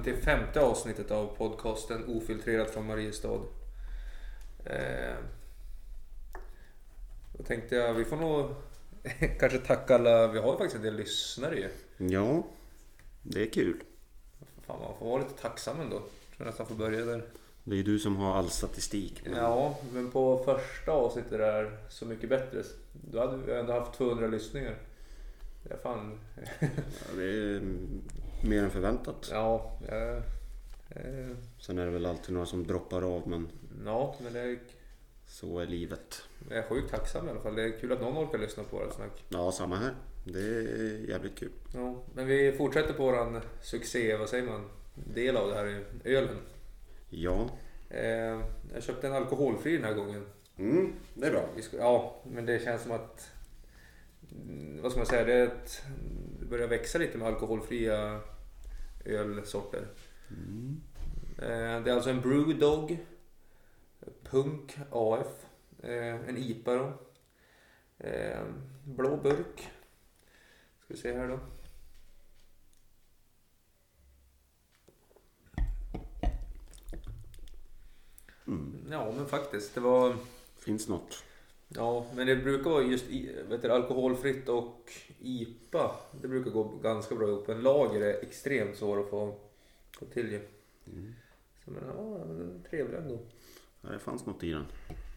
till 5:e avsnittet av podcasten Ofiltrerat från Mariestad. Då tänkte jag, vi får nog kanske tacka alla, vi har ju faktiskt en del lyssnare ju. Ja, det är kul. Fan, man får vara lite tacksam ändå. Jag tror nästan får börja där. Det är du som har all statistik. Men... Ja, men på första avsnittet där Så mycket bättre, då hade vi ändå haft 200 lyssningar. Det är fan... Ja, det är mer än förväntat. Ja, Sen är det väl alltid några som droppar av, men ja, men det är... så är livet. Jag är sjukt tacksam i alla fall. Det är kul att någon orkar lyssna på det snack. Ja, samma här. Det är jävligt kul. Ja, men vi fortsätter på våran succé, vad säger man? Del av det här är ölen. Ja. Jag köpte en alkoholfri den här gången. Det är bra. Ja, men det känns som att... Vad ska man säga? Det börjar växa lite med alkoholfria ölsorter. Det är alltså en Brewdog Punk AF. En IPA då. Blå burk. Ska vi se här då. Ja, men faktiskt det var... Finns något. Ja, men det brukar vara just alkoholfritt och IPA. Det brukar gå ganska bra ihop. En lager är extremt svår att få till ju. Så men ja, men trevlig ändå. Ja, det fanns något i den.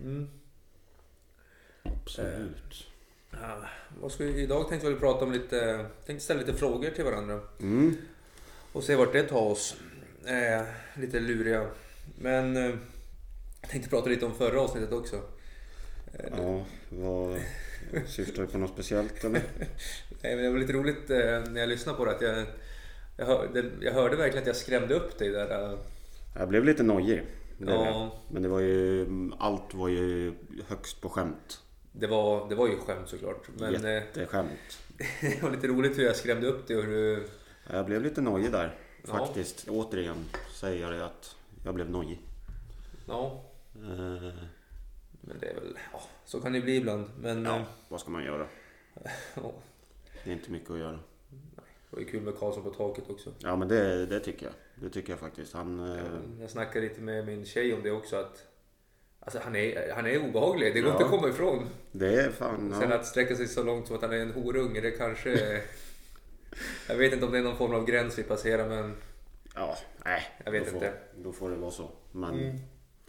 Absolut. Idag tänkte vi prata om tänkte ställa lite frågor till varandra. Och se vart det tar oss. Lite luriga. Men jag tänkte prata lite om förra avsnittet också. Ja, vad syftar du på något speciellt eller? Nej, men det var lite roligt när jag lyssnade på det att jag hörde verkligen att jag skrämde upp dig där. Jag blev lite nojig. Ja. Men det var allt var ju högst på skämt. Det var ju skämt såklart. Men jätteskämt. det var lite roligt hur jag skrämde upp dig och hur... Jag blev lite nojig där faktiskt. Ja. Återigen säger jag det att jag blev nojig. Ja. Men det är väl, så kan det bli ibland. Men, ja, vad ska man göra? Ja. Det är inte mycket att göra. Nej, det var ju kul med Karlsson på taket också. Ja, men det tycker jag. Det tycker jag faktiskt. Jag snackade lite med min tjej om det också. Att alltså, han är obehaglig. Det går inte att komma ifrån. Det är fan... Sen att sträcka sig så långt som att han är en horunge, det kanske... jag vet inte om det är någon form av gräns vi passerar, men... Ja, nej. Jag vet inte. Då får det vara så. Men...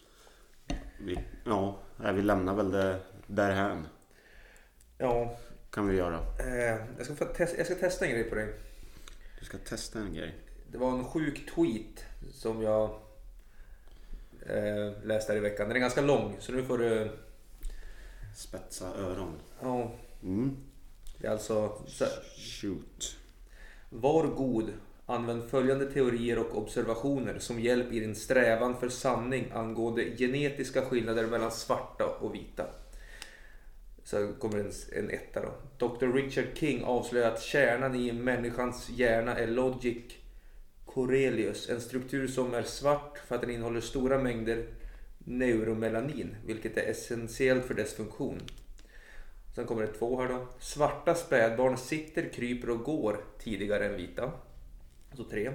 Vi lämnar väl det därhän. Ja. Kan vi göra. Jag ska testa en grej på dig. Du ska testa en grej. Det var en sjuk tweet som jag läste här i veckan. Den är ganska lång, så nu får du... Spetsa öron. Ja. Det är alltså... Shoot. Var god. Använd följande teorier och observationer som hjälp i din strävan för sanning angående genetiska skillnader mellan svarta och vita. Så kommer en etta då. Dr. Richard King avslöjar att kärnan i människans hjärna är logic coeruleus, en struktur som är svart för att den innehåller stora mängder neuromelanin, vilket är essentiellt för dess funktion. Sen kommer det 2 här då. Svarta spädbarn sitter, kryper och går tidigare än vita. Så 3.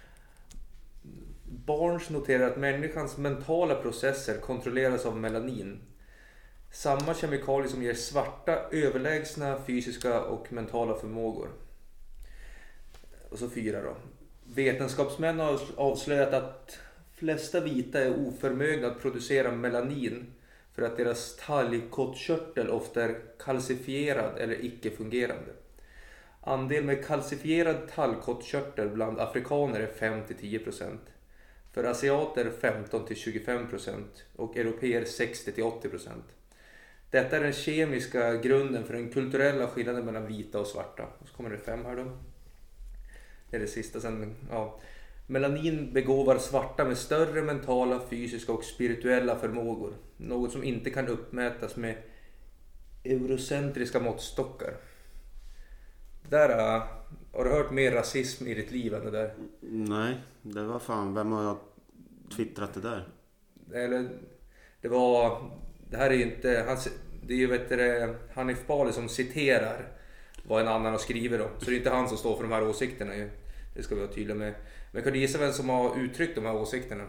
Barnes noterar att människans mentala processer kontrolleras av melanin. Samma kemikalie som ger svarta överlägsna fysiska och mentala förmågor. Och så 4 då. Vetenskapsmän har avslöjat att flesta vita är oförmögna att producera melanin för att deras talgkottkörtel ofta är kalcifierad eller icke-fungerande. Andel med kalcifierad talgkottkörtel bland afrikaner är 5-10%. För asiater 15-25% och europeer 60-80%. Detta är den kemiska grunden för den kulturella skillnaden mellan vita och svarta. Och så kommer det 5 här då. Det är det sista sen. Ja. Melanin begåvar svarta med större mentala, fysiska och spirituella förmågor. Något som inte kan uppmätas med eurocentriska måttstockar. Där har du hört mer rasism i ditt liv än det där? Nej, det var fan. Vem har twittrat det där? Eller det här är ju inte... Det är ju Hanif Bali som citerar vad en annan har skrivit då. Så det är inte han som står för de här åsikterna ju. Det ska vi vara tydliga med. Men kan du gissa vem som har uttryckt de här åsikterna?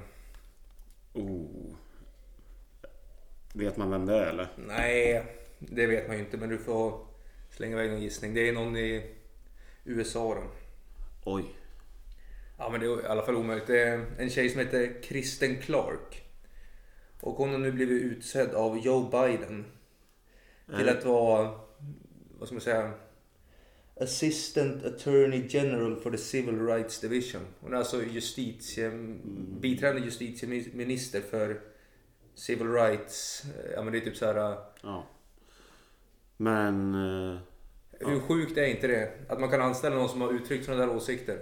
Vet man vem det är eller? Nej, det vet man ju inte. Men du får slänga iväg en gissning. Det är någon i USA då. Oj. Ja, men det är i alla fall omöjligt. Det är en tjej som heter Kristen Clark. Och hon har nu blivit utsedd av Joe Biden till att vara, vad ska man säga, Assistant Attorney General for the Civil Rights Division. Hon är alltså biträdande justitieminister för Civil Rights. Ja, men det är typ så här. Ja. Men hur sjukt är inte det? Att man kan anställa någon som har uttryckt sådana där åsikter.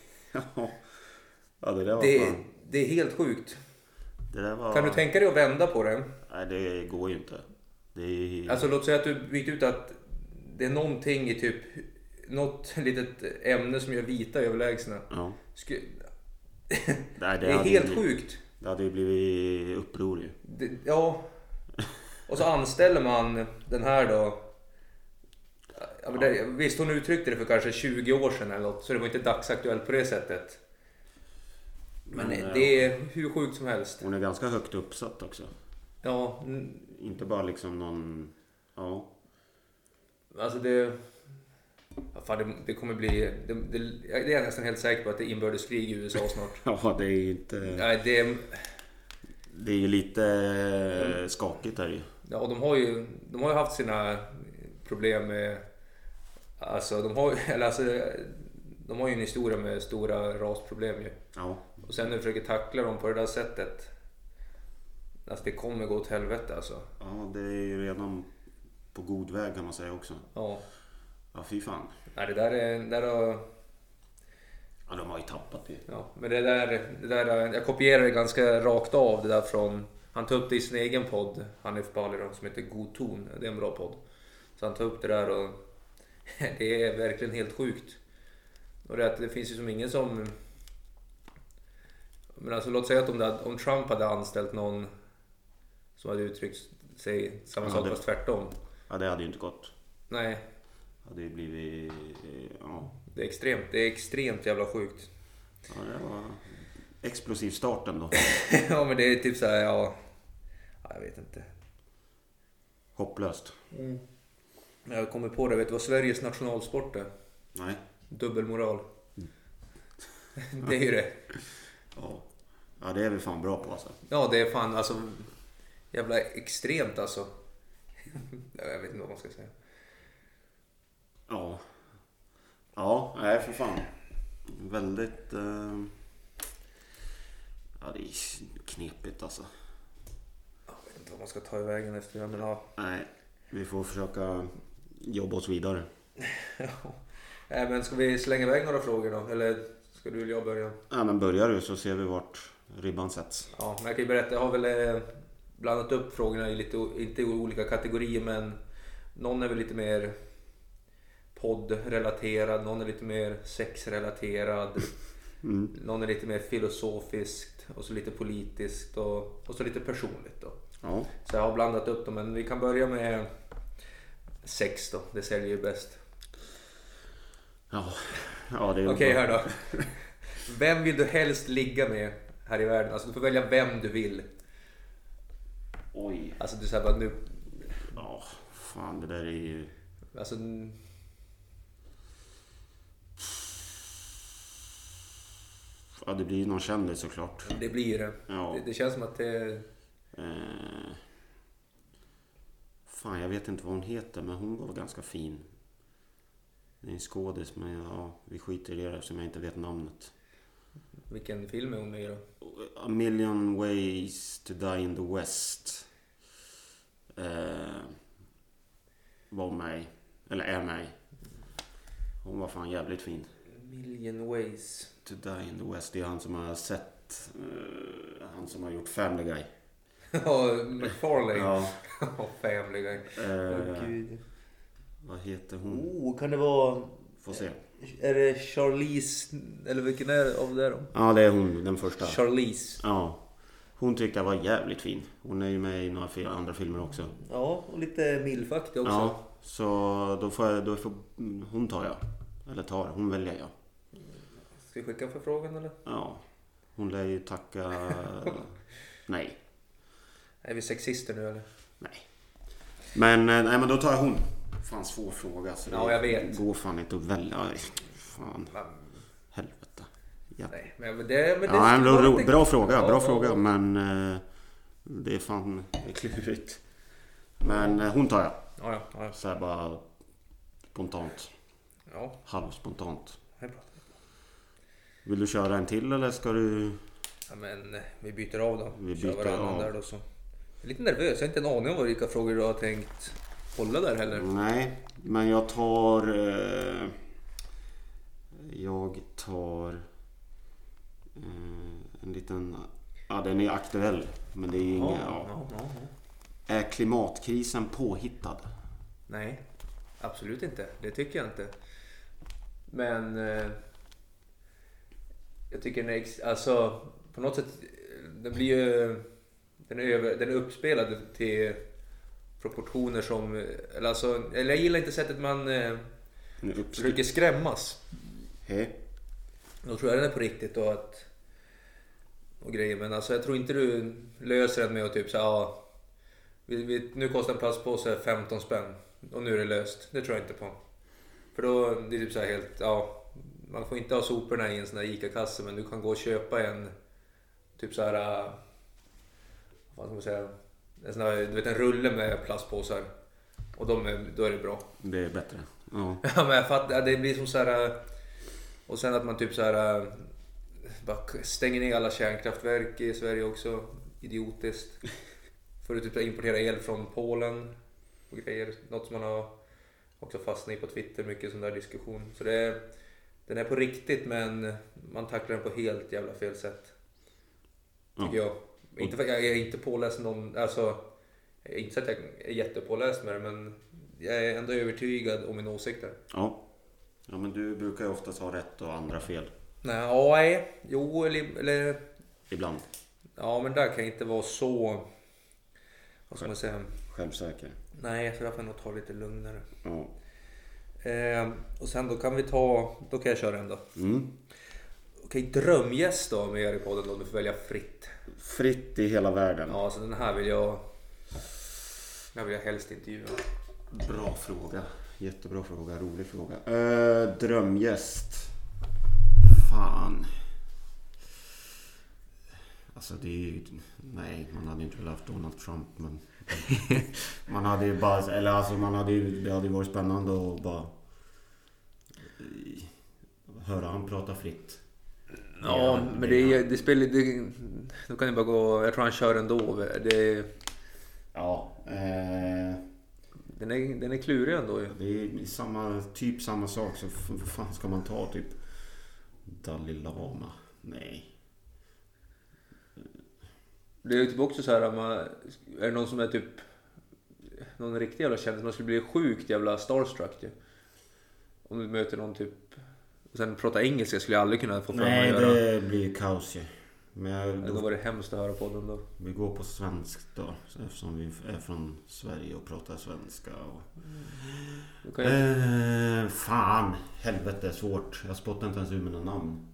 Ja, det där var det är helt sjukt. Det där var... Kan du tänka dig att vända på det? Nej, det går ju inte. Det är... Alltså låt säga att du byter ut att det är någonting i typ något litet ämne som gör vita överlägsna. Ja. Nej, det är helt sjukt. Det hade ju blivit uppror ju. Ja. Och så anställer man den här då. Ja, men visst, hon uttryckte det för kanske 20 år sedan eller något, så det var inte dagsaktuellt på det sättet. Men det är hur sjukt som helst. Hon är ganska högt uppsatt också. Ja. Inte bara liksom någon... Ja. Alltså det kommer bli... Det är jag nästan helt säker på att det är inbördeskrig i USA snart. Ja, det är inte... Nej, det är ju lite skakigt där ju. Ja, de har ju haft sina problem med... Alltså, de har ju en historia med stora rasproblem ju. Ja. Och sen när du försöker tackla dem på det där sättet, alltså det kommer gå åt helvete alltså. Ja, det är ju redan på god väg kan man säga också. Ja. Ja, fy fan. Nej, det där har... Ja, de har ju tappat det. Ja, men det där jag kopierade ganska rakt av det där från... Han tog upp det i sin egen podd, Hanif Bali då, som heter God ton. Det är en bra podd. Så han tog upp det där och det är verkligen helt sjukt. Och det finns ju som ingen som... Men alltså låt säga att om Trump hade anställt någon som hade uttryckt sig samma sak fast tvärtom. Ja, det hade ju inte gått. Nej. Det hade ju blivit... Ja. Det är extremt jävla sjukt. Ja, det var explosiv starten då. Ja, men det är typ så här, ja, jag vet inte. Hopplöst. Mm. Jag kommer på det, vet du vad Sveriges nationalsport är? Nej. Dubbelmoral. Det är ju det. Ja, det är vi fan bra på alltså. Ja, det är fan alltså jävla extremt alltså. Jag vet inte vad man ska säga. Ja. Ja, nej för fan. Väldigt... Ja, det är knepigt alltså. Jag vet inte vad man ska ta i vägen efter det, men ja. Nej, vi får försöka jobba oss vidare. Ja. Men ska vi slänga iväg några frågor då? Eller ska du eller jag börja? Ja, men börjar du så ser vi vart ribban sätts. Ja, men jag kan ju berätta. Jag har väl blandat upp frågorna i lite, inte i olika kategorier, men någon är väl lite mer poddrelaterad, någon är lite mer sexrelaterad, någon är lite mer filosofiskt och så lite politiskt och så lite personligt då. Ja. Så jag har blandat upp dem, men vi kan börja med sex då, det säljer ju bäst. Ja, det är Okej, här då. Vem vill du helst ligga med här i världen? Alltså du får välja vem du vill. Oj. Alltså du säger bara nu. Ja, fan det där är ju... Alltså... Ja, det blir ju någon kändis såklart. Det blir det. Ja. Det känns som att det... Fan, jag vet inte vad hon heter, men hon var ganska fin. Det är en skådis, men ja, vi skiter i det eftersom jag inte vet namnet. Vilken film är hon med i då? A Million Ways to Die in the West. Var med, eller är med. Hon var fan jävligt fin. Million Ways to Die in the West. Det är han som har sett, han som har gjort Family Guy. Ja, McFarlane. Ja. Family Guy. Gud. Vad heter hon? Kan det vara... Får se. Är det Charlize, eller vilken är det av det då? Ja, det är hon, den första. Charlize. Ja. Hon tyckte jag var jävligt fin. Hon är ju med i några andra filmer också. Ja, och lite milfaktig också. Ja, så då får hon tar jag. Eller hon väljer jag. Ska vi skicka en förfrågan eller? Ja. Hon lär ju tacka... Nej. Är vi sexister nu eller? Nej. Men då tar jag hon. Fan, svår fråga. Så ja, jag vet. Går fan inte att välja. Fan. Helvete. Ja. Nej, men det bra fråga. Bra fråga. Men det är fan klurigt. Men hon tar jag. Ja. Så här bara spontant. Ja. Halvspontant. Vill du köra en till eller ska du... Ja, men vi byter av då. Vi byter av. Där då, så. Jag är lite nervös. Jag har inte en aning om vilka frågor du har tänkt hålla där heller. Nej, men jag tar en liten... Ja, den är aktuell. Men det är ju inga... Ja. Är klimatkrisen påhittad? Nej, absolut inte. Det tycker jag inte. Men jag tycker alltså på något sätt den blir ju den är uppspelad till proportioner som eller jag gillar inte sättet man försöker skrämmas. Då tror jag den är på riktigt och grejer, men alltså jag tror inte du löser den med att typ så nu kostar en plastpåse 15 spänn och nu är det löst. Det tror jag inte på. För då det är typ så här helt man får inte ha soporna i en sån här ICA-kasse, men du kan gå och köpa en typ så här vad ska man säga, en sån här, du vet, en rulle med plastpåsar och då är det bra. Det är bättre. Ja. Ja, men jag fattar, det blir som så här, och sen att man typ så här bara stänger ner alla kärnkraftverk i Sverige också, idiotiskt. För att typ importera el från Polen och grejer, något som man har också fastnat i på Twitter, mycket sån där diskussion. Så den är på riktigt, men man tacklar den på helt jävla fel sätt. Tycker jag. Inte för jag är inte påläst någon, alltså inte så att jag är jättepåläst med det, men jag är ändå övertygad om min åsikter. Ja, men du brukar ju oftast ha rätt och andra fel. Nej, jo eller ibland. Ja, men där kan jag inte vara så, vad ska man säga, självsäker. Nej, jag tror jag får nog ta lite lugnare. Ja. Och sen då kan jag köra en då. Okej, drömgäst då med er i podden då, du får välja fritt. Fritt i hela världen. Ja, så den här vill jag helst intervjua. Bra fråga. Jättebra fråga, rolig fråga. Drömgäst. Fan. Alltså det är ju... Nej, man hade inte velat haft Donald Trump, men... man hade ju bara... Eller alltså det hade ju varit spännande att bara... höra han prata fritt. Ja, men det spelar... Då kan det bara gå... Jag tror han kör ändå. Ja. Den är klurig ändå ju. Det är samma sak. Så vad fan ska man ta typ... Dalai Lama? Nej. Det är ju typ också så här, är det någon som är typ någon riktig jävla kändis, man skulle bli sjukt jävla starstruck ju. Om du möter någon typ och sen prata engelska skulle jag aldrig kunna få fram att göra. Nej, det blir kaos ju. Men då var det hemskt att höra på den då. Vi går på svenskt då, eftersom vi är från Sverige och pratar svenska och... fan, helvete svårt. Jag spottar inte ens ur mina namn.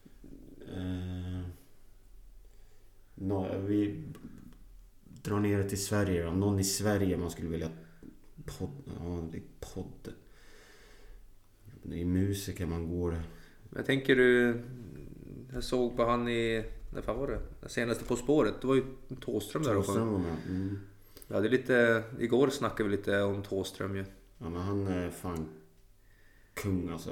Vi drar ner det till Sverige då. Någon i Sverige man skulle vilja podd. Det är musiker man går. Jag tänker jag såg på han när fan var det? Den senaste På spåret, det var ju Thåström där också. Ja, det är lite, igår snackade vi lite om Thåström ju. Ja, men han är fan kung alltså.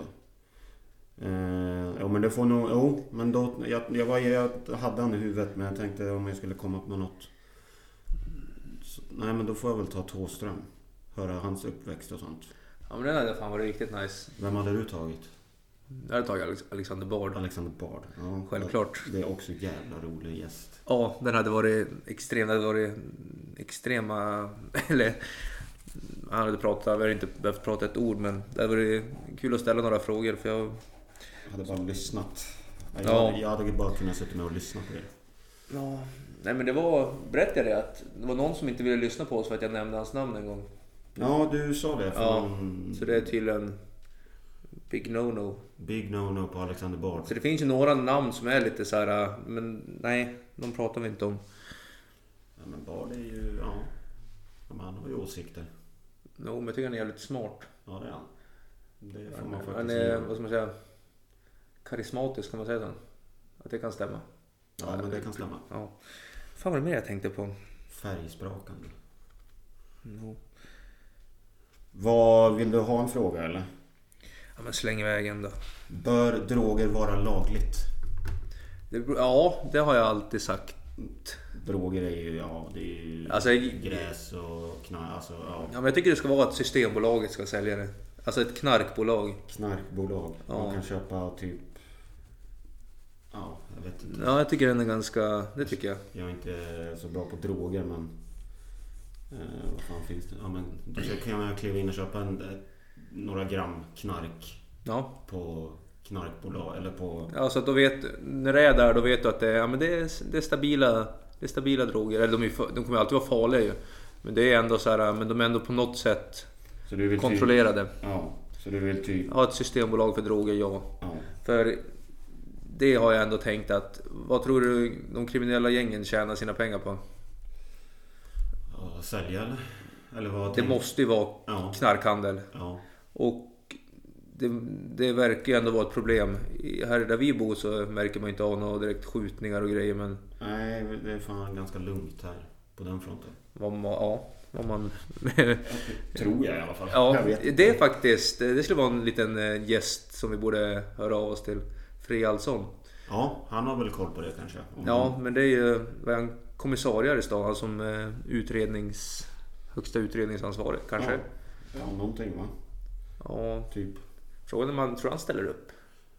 Ja, men det får nog... men då... Jag hade han i huvudet, men jag tänkte om jag skulle komma upp med något... nej, men då får jag väl ta Thåström. Höra hans uppväxt och sånt. Ja, men den hade fan varit riktigt nice. Vem hade du tagit? Jag hade tagit Alexander Bard. Alexander Bard, ja. Självklart. Det är också jävla rolig gäst. Ja, den hade varit extrema... Eller... Han hade pratat, vi hade inte behövt prata ett ord, men det hade varit kul att ställa några frågor, för jag hade bara lyssnat. Ja. Jag hade bara kunnat sitta med och lyssna på det. Ja, nej, men berättade jag att det var någon som inte ville lyssna på oss för att jag nämnde hans namn en gång. Ja, du sa det. Ja, så det är tydligen Big no-no. Big no-no på Alexander Bard. Så det finns ju några namn som är lite så här, men nej, de pratar vi inte om. Ja, men Bard är ju, ja. Han har ju åsikter. No, men jag tycker han är jävligt smart. Ja, det är han. Det får man faktiskt han är, vad ska man säga, karismatisk, kan man säga så? Att det kan stämma. Ja, men det kan stämma. Ja. Fan vad det mer jag tänkte på. Färgsprakande. No. Vad vill du ha en fråga eller? Ja, men släng iväg en då. Bör droger vara lagligt? Ja, det har jag alltid sagt. Droger är ju, ja, det är ju Alltså, gräs och knark, alltså, ja. Ja, men jag tycker det ska vara att Systembolaget ska sälja det. Alltså ett knarkbolag. Knarkbolag. Ja. Man kan köpa typ, ja, jag vet inte. Ja, jag tycker den är ganska, det tycker jag. Jag är inte så bra på droger, men vad fan finns det? Ja, men då kan man kliva in och köpa några gram knark på knarkbolag eller på... Ja, så att då vet, när det är där, då vet du att det är, ja, men det är stabila droger. Eller de kommer alltid vara farliga ju. Men det är ändå så här, men de är ändå på något sätt så du vill kontrollerade. Ja, så du vill typ... Ja, ett systembolag för droger, ja. För det har jag ändå tänkt att, vad tror du de kriminella gängen tjänar sina pengar på? Ja, sälja eller vad? Det måste ju vara knarkhandel. Ja. Och det verkar ju ändå vara ett problem. Här där vi bor så märker man inte av några direkt skjutningar och grejer, men... Nej, det är fan ganska lugnt här på den fronten. Vad man... Tror jag i alla fall. Ja, jag vet det är faktiskt... Det skulle vara en liten gäst som vi borde höra av oss till. Fri Allsson. Ja, han har väl koll på det kanske. Ja, men det är ju en kommissarie i stan som högsta utredningsansvarig kanske. Ja, någonting va? Ja, typ. Frågan är om man tror han ställer upp.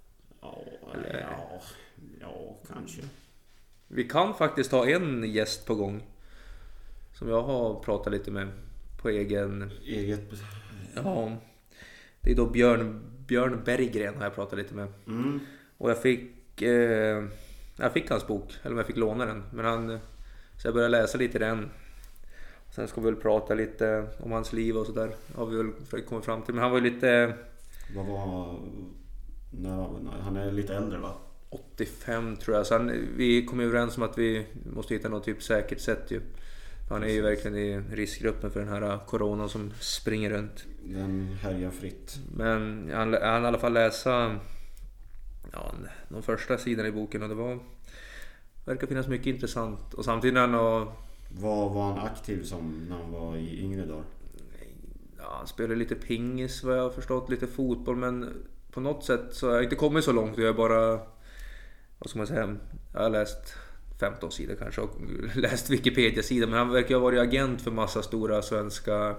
Ja, kanske. Vi kan faktiskt ha en gäst på gång som jag har pratat lite med på eget. Ja. Det är då Björn Berggren har jag pratat lite med. Och jag fick hans bok, eller om jag fick låna den, men så jag började läsa lite i den. Sen ska vi väl prata lite om hans liv och sådär. Har vi väl försökt komma fram till. Men han var ju lite... Vad var... han är lite äldre va? 85 tror jag. Så vi kom överens om att vi måste hitta något typ säkert sätt ju. Han är ju verkligen i riskgruppen för den här coronan som springer runt. Den härjar fritt. Men han i alla fall läsa de första sidorna i boken, och det verkar finnas mycket intressant. Och samtidigt när han var han aktiv som när han var i yngre dagar? Ja, han spelade lite pingis vad jag har förstått, lite fotboll, men på något sätt så har jag inte kommit så långt. Jag är bara, vad ska man säga, jag har läst 15 sidor kanske och läst Wikipedia-sidor, men han verkar ha varit agent för massa stora svenska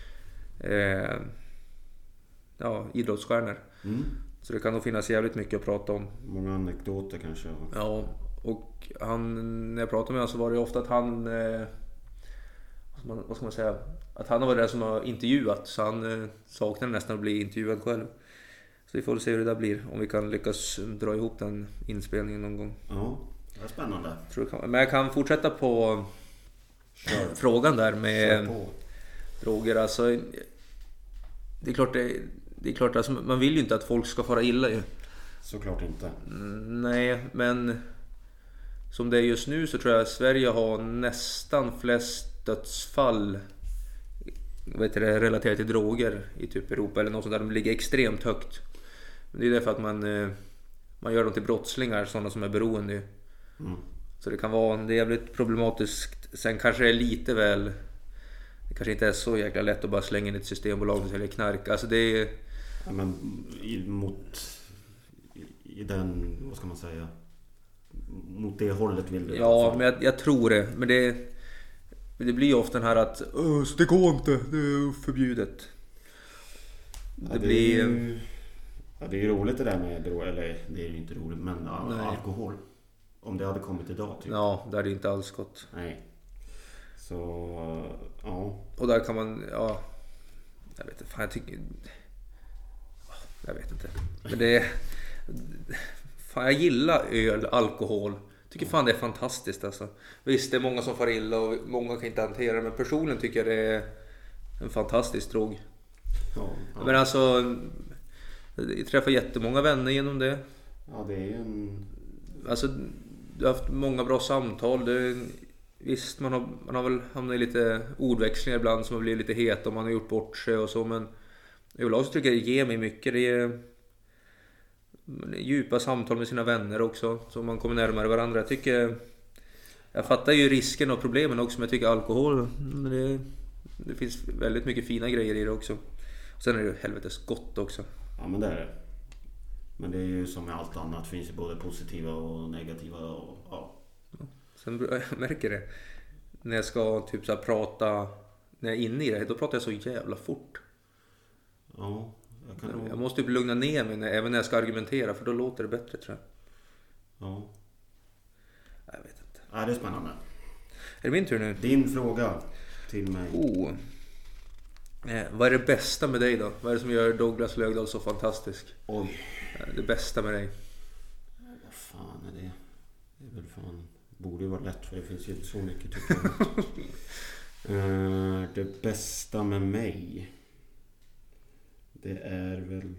idrottsstjärnor. Så det kan nog finnas jävligt mycket att prata om. Många anekdoter kanske. Ja, och när jag pratade med honom så var det ofta att han vad ska man säga, att han har varit den som har intervjuat, så han saknar nästan att bli intervjuad själv. Så vi får se hur det där blir, om vi kan lyckas dra ihop den inspelningen någon gång. Ja, det är spännande. Men jag kan fortsätta på frågan där med droger. Alltså, det är klart alltså, man vill ju inte att folk ska fara illa ju. Såklart inte. Nej, men som det är just nu så tror jag att Sverige har nästan flest dödsfall relaterat till droger i typ Europa eller något sånt där. De ligger extremt högt. Men det är därför att man gör dem till brottslingar, sådana som är beroende. Så det kan vara jävligt problematiskt. Sen kanske det är lite väl, det kanske inte är så jäkla lätt att bara slänga in ett systembolag som säljer knark. Alltså det är... Ja, men i den, vad ska man säga, mot det hållet vill du. Ja, men jag tror det. Men det blir ju ofta den här att det går inte, det är förbjudet. Det blir... Ja, det är ju roligt det där med droger, eller det är ju inte roligt, men alkohol. Om det hade kommit idag typ. Ja, där är det inte alls gott. Nej. Så, ja. Och där kan man, jag vet inte, fan jag vet inte. Men det fan, jag gillar öl, alkohol. Tycker fan det är fantastiskt alltså. Visst, det är många som far illa och många kan inte hantera det, men personligen tycker jag det är en fantastisk drog. Ja. Men alltså, Jag träffar jättemånga vänner genom det. Ja, det är ju en... Alltså, du har haft många bra samtal. Visst, man har väl hamnat i lite ordväxlingar ibland som har blivit lite het om man har gjort bort sig och så. Men överlag så tycker jag det ger mig mycket. Det är djupa samtal med sina vänner också. Så man kommer närmare varandra. Jag fattar ju risken och problemen också. Men jag tycker alkohol, det finns väldigt mycket fina grejer i det också. Och sen är det ju helvetes gott också. Ja, men det är det. Men det är ju som med allt annat. Det finns ju både positiva och negativa. Och, ja. Sen jag märker det. När jag ska typ så här prata. När jag är inne i det. Då pratar jag så jävla fort. Ja. Jag måste typ lugna ner mig även när jag ska argumentera. För då låter det bättre, tror jag. Ja. Jag vet inte. Ja, det är spännande. Är det min tur nu? Din fråga till mig. Vad är det bästa med dig då? Vad är det som gör Douglas Lögdahl så fantastisk? Oj. Det bästa med dig? Vad fan är det? Det är väl fan... Borde ju vara lätt, för det finns ju inte så mycket tycker jag. Det bästa med mig... Det är väl...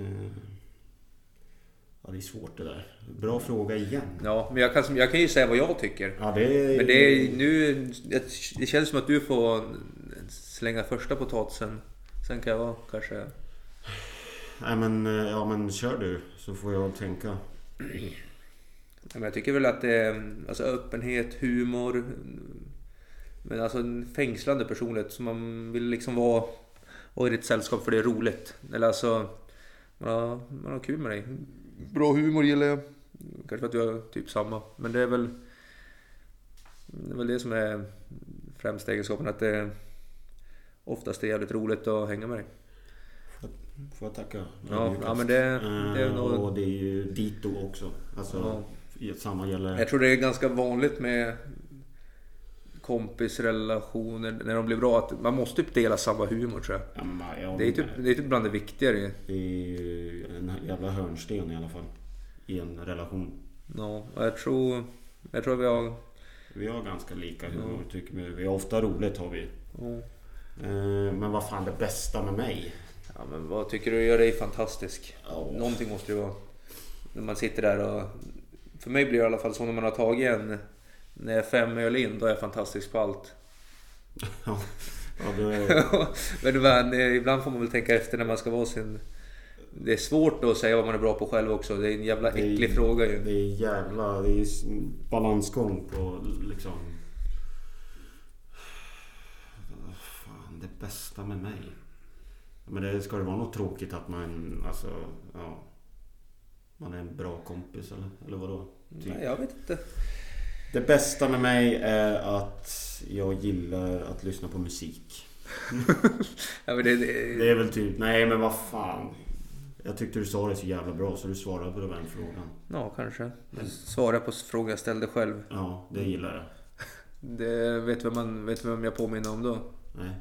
Ja, det är svårt det där. Bra fråga igen. Ja, men jag kan ju säga vad jag tycker. Ja, det är... Men det känns som att du får slänga första potatisen. Sen kan jag kanske... Nej, men kör du, så får jag tänka. Men jag tycker väl att det är alltså öppenhet, humor, men alltså en fängslande personlighet som man vill liksom vara i ditt sällskap för det är roligt. Eller alltså man har kul med dig. Bra humor gillar jag. Kanske för att du har typ samma, men det är väl det som är främsta egenskapen, att det oftast är jävligt roligt att hänga med dig. Får jag tacka? Ja, men det är nog... Och det är ju dito också. Alltså, samma gäller... Jag tror det är ganska vanligt med kompisrelationer när de blir bra, att man måste typ dela samma humor, tror jag. Ja, det är typ bland det viktigare. Det är en jävla hörnsten i alla fall i en relation. Ja, jag tror vi har ganska lika humor, tycker vi har ofta roligt, har vi. Men vad fan det bästa med mig? Ja, men vad tycker du gör dig fantastisk? Någonting måste det vara. När man sitter där och... För mig blir det i alla fall så när man har tagit när jag är 5 öl in, då är jag fantastisk på allt. Ja, då är... men ibland får man väl tänka efter när man ska vara sin... Det är svårt att säga vad man är bra på själv också. Det är en jävla äcklig fråga ju. Det är balansgång på liksom... Fan, det bästa med mig... Men det ska det vara något tråkigt att man, alltså, ja, man är en bra kompis eller vadå? Typ. Nej, jag vet inte. Det bästa med mig är att jag gillar att lyssna på musik. Ja, men det är väl typ, nej men vad fan. Jag tyckte du sa det så jävla bra, så du svarade på den frågan. Ja, kanske. Svara på frågan jag ställde själv. Ja, det gillar jag. Det vet vem jag påminner om då? Nej.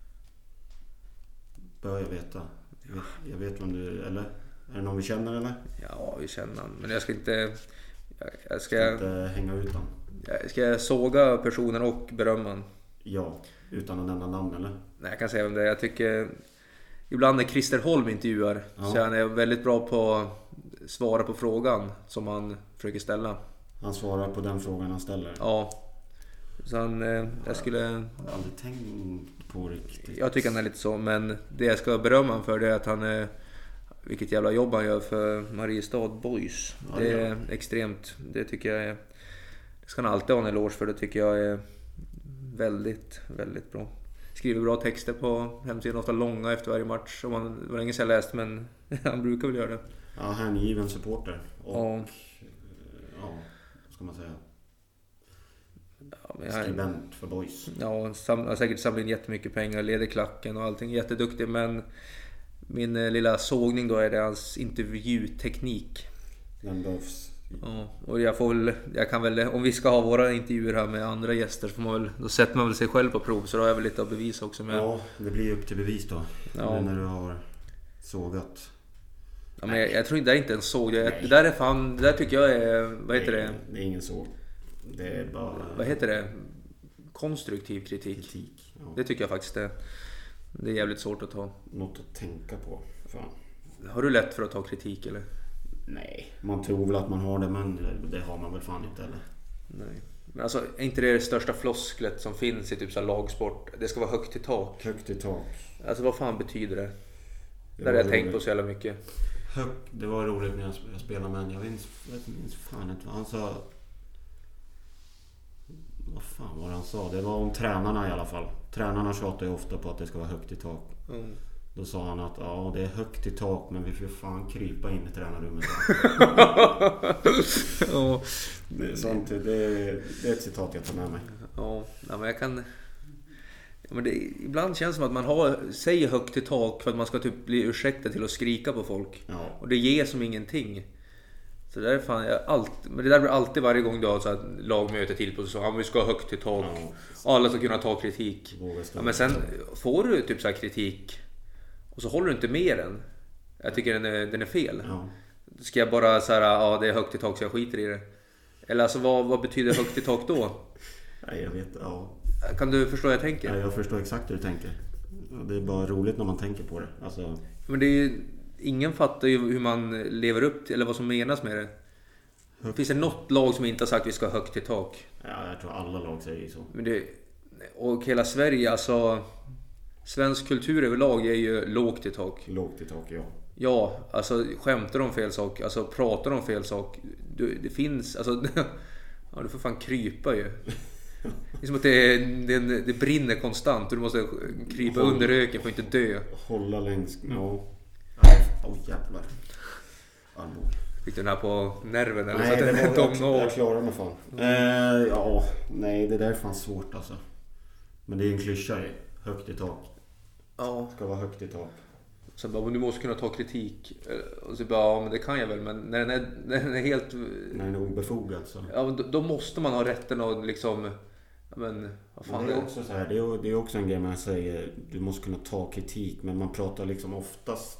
Bör jag veta. Jag vet vem du... Eller? Är det någon vi känner eller? Ja, vi känner han. Men jag ska inte... Jag ska inte hänga ut han. Ska jag såga personen och berömma han? Ja, utan att nämna namn eller? Nej, jag kan säga om det. Jag tycker... Ibland när Christer Holm intervjuar så han är väldigt bra på att svara på frågan som han försöker ställa. Han svarar på den frågan han ställer? Ja. Så jag skulle... aldrig tänkt på riktigt. Jag tycker han är lite så, men det jag ska berömma han för det är att han är... Vilket jävla jobb han gör för Mariestad Boys. Ja, det är extremt... Det tycker jag är... Det ska han alltid ha en eloge för. Det tycker jag är väldigt, väldigt bra. Skriver bra texter på hemsidan, ofta långa efter varje match. Det var länge sedan jag läst, men han brukar väl göra det. Ja, hängiven supporter. Och... Ja, vad ska man säga? Ja, skribent för Boys. Ja, har säkert samlat in jättemycket pengar, leder klacken och allting, jätteduktig, men min lilla sågning då är det hans intervjuteknik. Den behövs. Ja, och jag kan väl, om vi ska ha våra intervjuer här med andra gäster, så då sätter man väl sig själv på prov, så då har jag väl lite att bevisa också med. Ja, det blir upp till bevis då. Ja. När du har sågat. Ja, men jag tror inte det är inte en såg. Det där är fan, det där tycker jag är, vad heter det? Det är ingen såg. Det är bara... Vad heter det? Konstruktiv kritik. Ja. Det tycker jag faktiskt är. Det är jävligt svårt att ta. Något att tänka på. Fan. Har du lätt för att ta kritik eller? Nej, man tror väl att man har det, men det har man väl fan inte eller. Nej. Men alltså, är inte det största flosklet som finns i typ så här lagsport? Det ska vara högt i tak. Högt i tak. Alltså vad fan betyder det? Det har jag tänkt på så jävla mycket. Det var roligt när jag spelade, men jag minns fan inte vad han sa. Vad fan var det han sa? Det var om tränarna i alla fall. Tränarna tjatar ju ofta på att det ska vara högt i tak. Då sa han att ja, det är högt i tak, men vi får fan krypa in i tränarrummet. Det är ett citat jag tar med mig. Ja, men jag kan... Ja, men ibland känns det som att man säger högt i tak för att man ska typ bli ursäktad till att skrika på folk. Ja. Och det ger som ingenting. Så där fan men det där blir alltid varje gång du har så här lagmöte till på så vi ska ha högt i tak. Ja. Alla ska kunna ta kritik. Ja, men sen får du typ så här kritik och så håller du inte med den. Jag tycker den är fel. Ja. Ska jag bara så här, ja det är högt i tak så jag skiter i det. Eller alltså vad betyder högt i tak då? Nej, jag vet, ja. Kan du förstå vad jag tänker? Ja, jag förstår exakt hur du tänker. Det är bara roligt när man tänker på det. Alltså... Men det är ju, ingen fattar ju hur man lever upp till, eller vad som menas med det. Finns det något lag som inte har sagt att vi ska ha högt i tak? Ja, jag tror alla lag säger så. Men och hela Sverige, alltså svensk kultur överlag är ju lågt i tak. Lågt i tak, ja. Ja, alltså skämtar om fel sak, alltså pratar om fel sak. Det finns, alltså ja, du får fan krypa ju. Det är som att det brinner konstant och du måste krypa under röken för att inte dö. Hålla längs, ja. Jävlar. Allmord. Fick du den här på nerven eller? Nej, så att jag klarar mig fan. Nej, det där är fan svårt alltså. Men det är en klyscha i. Högt i tak. Ja. Ska vara högt i tak. Så bara, men du måste kunna ta kritik. Och så bara, ja men det kan jag väl. Men när den är helt... När den är obefogad så. Ja, då måste man ha rätten att liksom... Men vad fan men det är också så här, det är också en grej man säger, du måste kunna ta kritik, men man pratar liksom oftast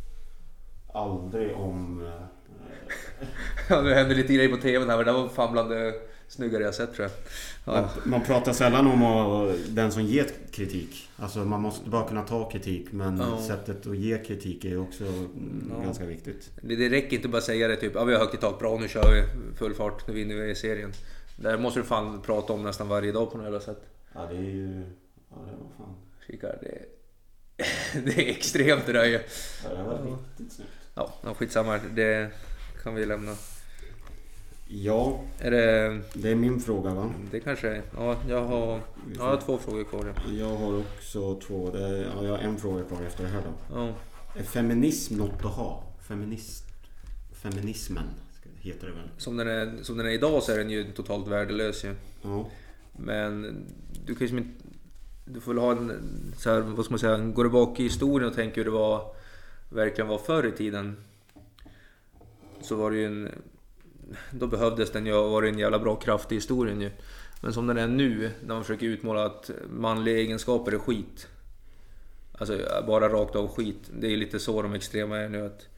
aldrig om ja, nu händer lite grejer på tvn här, men det var fan bland det snyggare jag sett tror jag. Ja. Man pratar sällan om den som ger kritik. Alltså man måste bara kunna ta kritik, men sättet att ge kritik är också ganska viktigt. Det räcker inte bara säga det typ, ja vi har högt i tak, bra nu kör vi full fart, nu vinner vi i serien. Det måste du fan prata om nästan varje dag på något jävla sätt. Ja, det är ju... Ja, det var fan... Kikar, det är extremt det där ju. Ja, det var riktigt snyggt. Ja, skitsamma. Det kan vi lämna. Ja, är det är min fråga va? Det kanske är. Ja, jag har 2 frågor kvar. Jag har också 2. Jag har en fråga kvar efter det här då. Ja. Är feminism något att ha? Feminismen heter det väl? Som den är idag så är den ju totalt värdelös ju. Ja. Men du kan ju inte... Du får ha en så här, vad ska man säga, går du bak i historien och tänker hur det verkligen var förr i tiden, så var det ju då behövdes den ju, var det en jävla bra kraft i historien ju. Men som den är nu, när man försöker utmåla att manliga egenskaper är skit, alltså bara rakt av skit, det är lite så de extrema är nu, att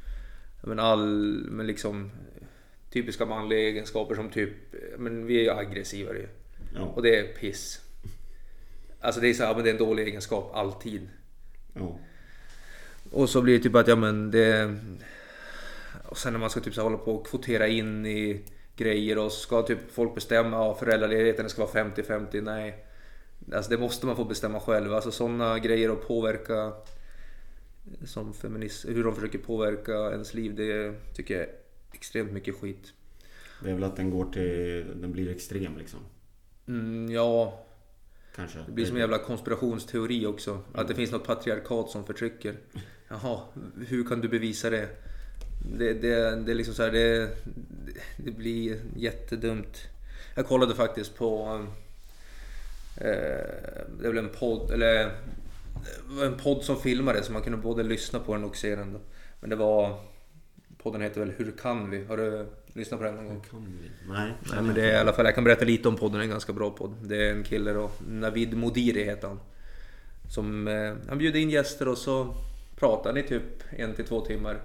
men liksom typiska manliga egenskaper som typ, men vi är ju aggressivare ju. Ja. Och det är piss. Alltså det är så här, men det är en dålig egenskap alltid. Ja. Och så blir det typ att och sen när man ska typ så hålla på och kvotera in i grejer och ska typ folk bestämma föräldraledigheten ska vara 50-50, nej. Alltså det måste man få bestämma själv. Alltså sådana grejer att påverka som feminist, hur de försöker påverka ens liv, det tycker jag är extremt mycket skit. Det är väl att den blir extrem liksom. Ja. Kanske. Det blir som en jävla konspirationsteori också. Att det finns något patriarkat som förtrycker. Jaha, hur kan du bevisa det? Det är liksom så här, det blir jättedumt. Jag kollade faktiskt på det är väl en podd, eller en podd som filmade, så man kunde både lyssna på den och se den. Men det var, podden heter väl Hur kan vi? Har du lyssnat på den någon gång? Hur kan vi? Nej, men det är i alla fall, jag kan berätta lite om podden, det är en ganska bra podd. Det är en kille då, Navid Modiri heter han. Som, han bjuder in gäster och så pratar ni typ 1-2 timmar.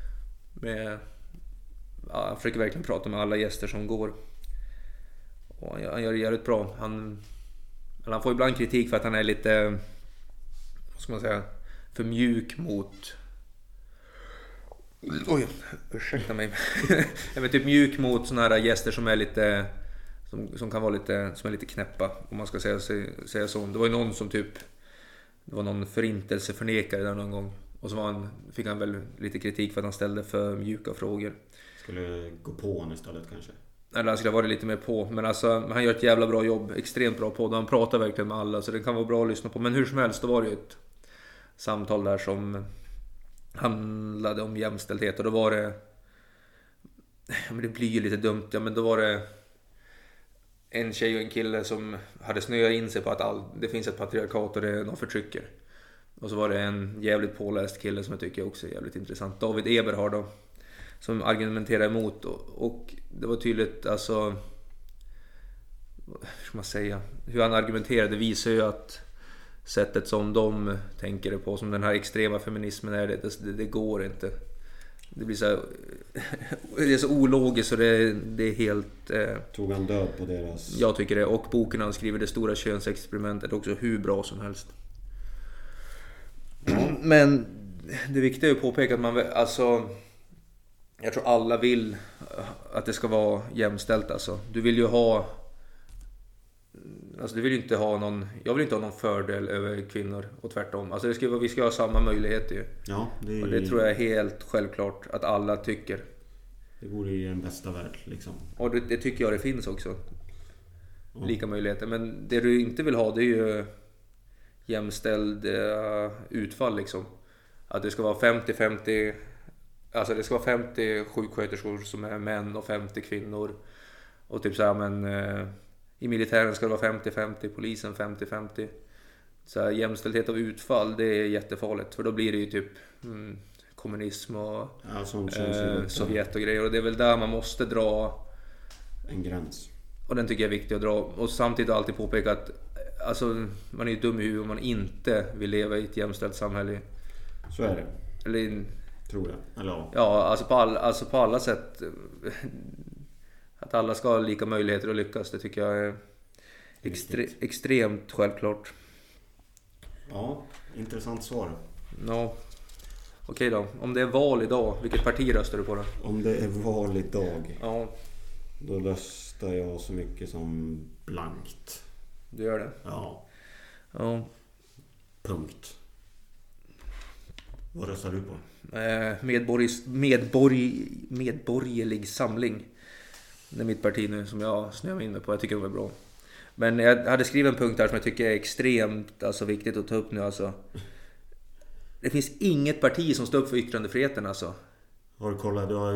Han försöker verkligen prata med alla gäster som går. Och han gör det jävligt bra. Han får ibland kritik för att han är lite, vad ska man säga, för mjuk mot Oj, ursäkta mig. Jag vet typ mjuk mot såna här gäster som är lite som kan vara lite som är lite knäppa, om man ska säga så. Det var ju någon som typ, det var någon förintelseförnekare där någon gång, och så fick han väl lite kritik för att han ställde för mjuka frågor. Skulle gå på honom istället kanske. Eller han skulle ha varit lite mer på. Men alltså, han gör ett jävla bra jobb. Extremt bra på. Han pratar verkligen med alla. Så det kan vara bra att lyssna på. Men hur som helst, då var det ju ett samtal där som handlade om jämställdhet. Och då var det... Ja, men det blir ju lite dumt. Ja, men då var det en tjej och en kille som hade snöat in sig på att det finns ett patriarkat och det är någon förtrycker. Och så var det en jävligt påläst kille som jag tycker också är jävligt intressant. David Eberhard då. Som argumenterar emot, och det var tydligt, alltså, hur ska man säga, hur han argumenterade visar ju att sättet som de tänker det på, som den här extrema feminismen är, det går inte. Det blir så här, det är så ologiskt, och det är helt... Tog han död på deras... Jag tycker det, och boken han skriver, Det stora könsexperimentet, också hur bra som helst. Men det viktiga är att påpeka att man, alltså... Jag tror alla vill att det ska vara jämställt, alltså. Du vill ju ha... Alltså du vill ju inte ha någon... Jag vill inte ha någon fördel över kvinnor och tvärtom. Alltså vi ska ha samma möjligheter ju. Ja, och det tror jag är helt självklart att alla tycker. Det vore ju en bästa värld liksom. Och det tycker jag det finns också. Lika möjligheter. Men det du inte vill ha, det är ju jämställd utfall liksom. Att det ska vara 50-50... Alltså det ska vara 50 sjuksköterskor som är män och 50 kvinnor. Och typ så här, men i militären ska det vara 50-50, polisen 50-50. Så här, jämställdhet av utfall, det är jättefarligt. För då blir det ju typ kommunism och Sovjet och grejer. Och det är väl där man måste dra en gräns. Och den tycker jag är viktig att dra. Och samtidigt alltid påpeka att alltså, man är ju dum i huvudet om man inte vill leva i ett jämställt samhälle. Så är det. Eller... Tror jag. Eller ja. Ja, alltså på alla sätt. Att alla ska ha lika möjligheter att lyckas. Det tycker jag är extremt självklart. Ja, intressant svar. Ja. Okej då. Om det är val idag, vilket parti röstar du på då? Om det är val idag. Ja. Då röstar jag så mycket som blankt. Du gör det? Ja. Ja. Punkt. Vad röstar du på? Medborgerlig samling. Det är mitt parti nu som jag snöar in mig på. Jag tycker det var bra. Men jag hade skrivit en punkt här som jag tycker är extremt viktigt att ta upp nu. Alltså. Det finns inget parti som står upp för yttrandefriheten. Alltså. Har du kollat? Du har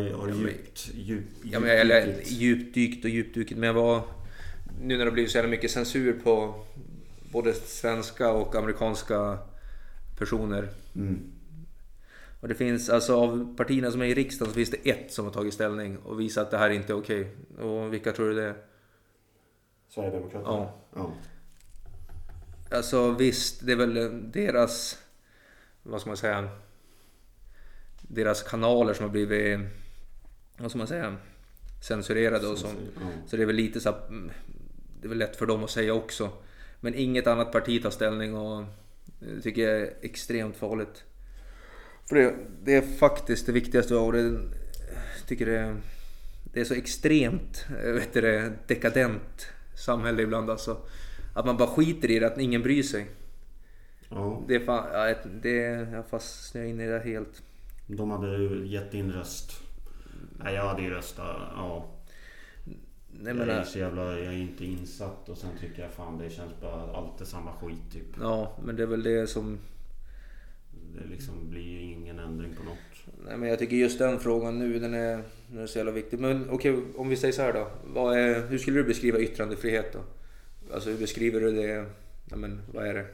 djupdykt. Men jag var... Nu när det blir så jävla mycket censur på både svenska och amerikanska personer. Mm. Och det finns alltså av partierna som är i riksdagen så finns det ett som har tagit ställning och visat att det här inte är okej. Och vilka tror du det är? Sverigedemokraterna? Ja. Alltså visst, det är väl deras, vad ska man säga, deras kanaler som har blivit, vad ska man säga, censurerade och sånt. Så det är väl lite så att, det är väl lätt för dem att säga också. Men inget annat parti tar ställning, och det tycker jag är extremt farligt. För det är faktiskt det viktigaste, och det tycker det är så extremt dekadent samhälle ibland, alltså. Att man bara skiter i det, att ingen bryr sig. Ja. Jag fastnar in i det helt. De hade ju gett din röst. Nej, jag hade ju röstat. Ja. Nej, men jag är inte insatt, och sen tycker jag fan det känns bara alltid samma skit typ. Ja, men det är väl det som det liksom blir ju ingen ändring på något. Nej, men jag tycker just den frågan nu, den är så jävla viktig. Men okej, om vi säger så här då. Hur skulle du beskriva yttrandefrihet då? Alltså hur beskriver du det? Ja, men vad är det?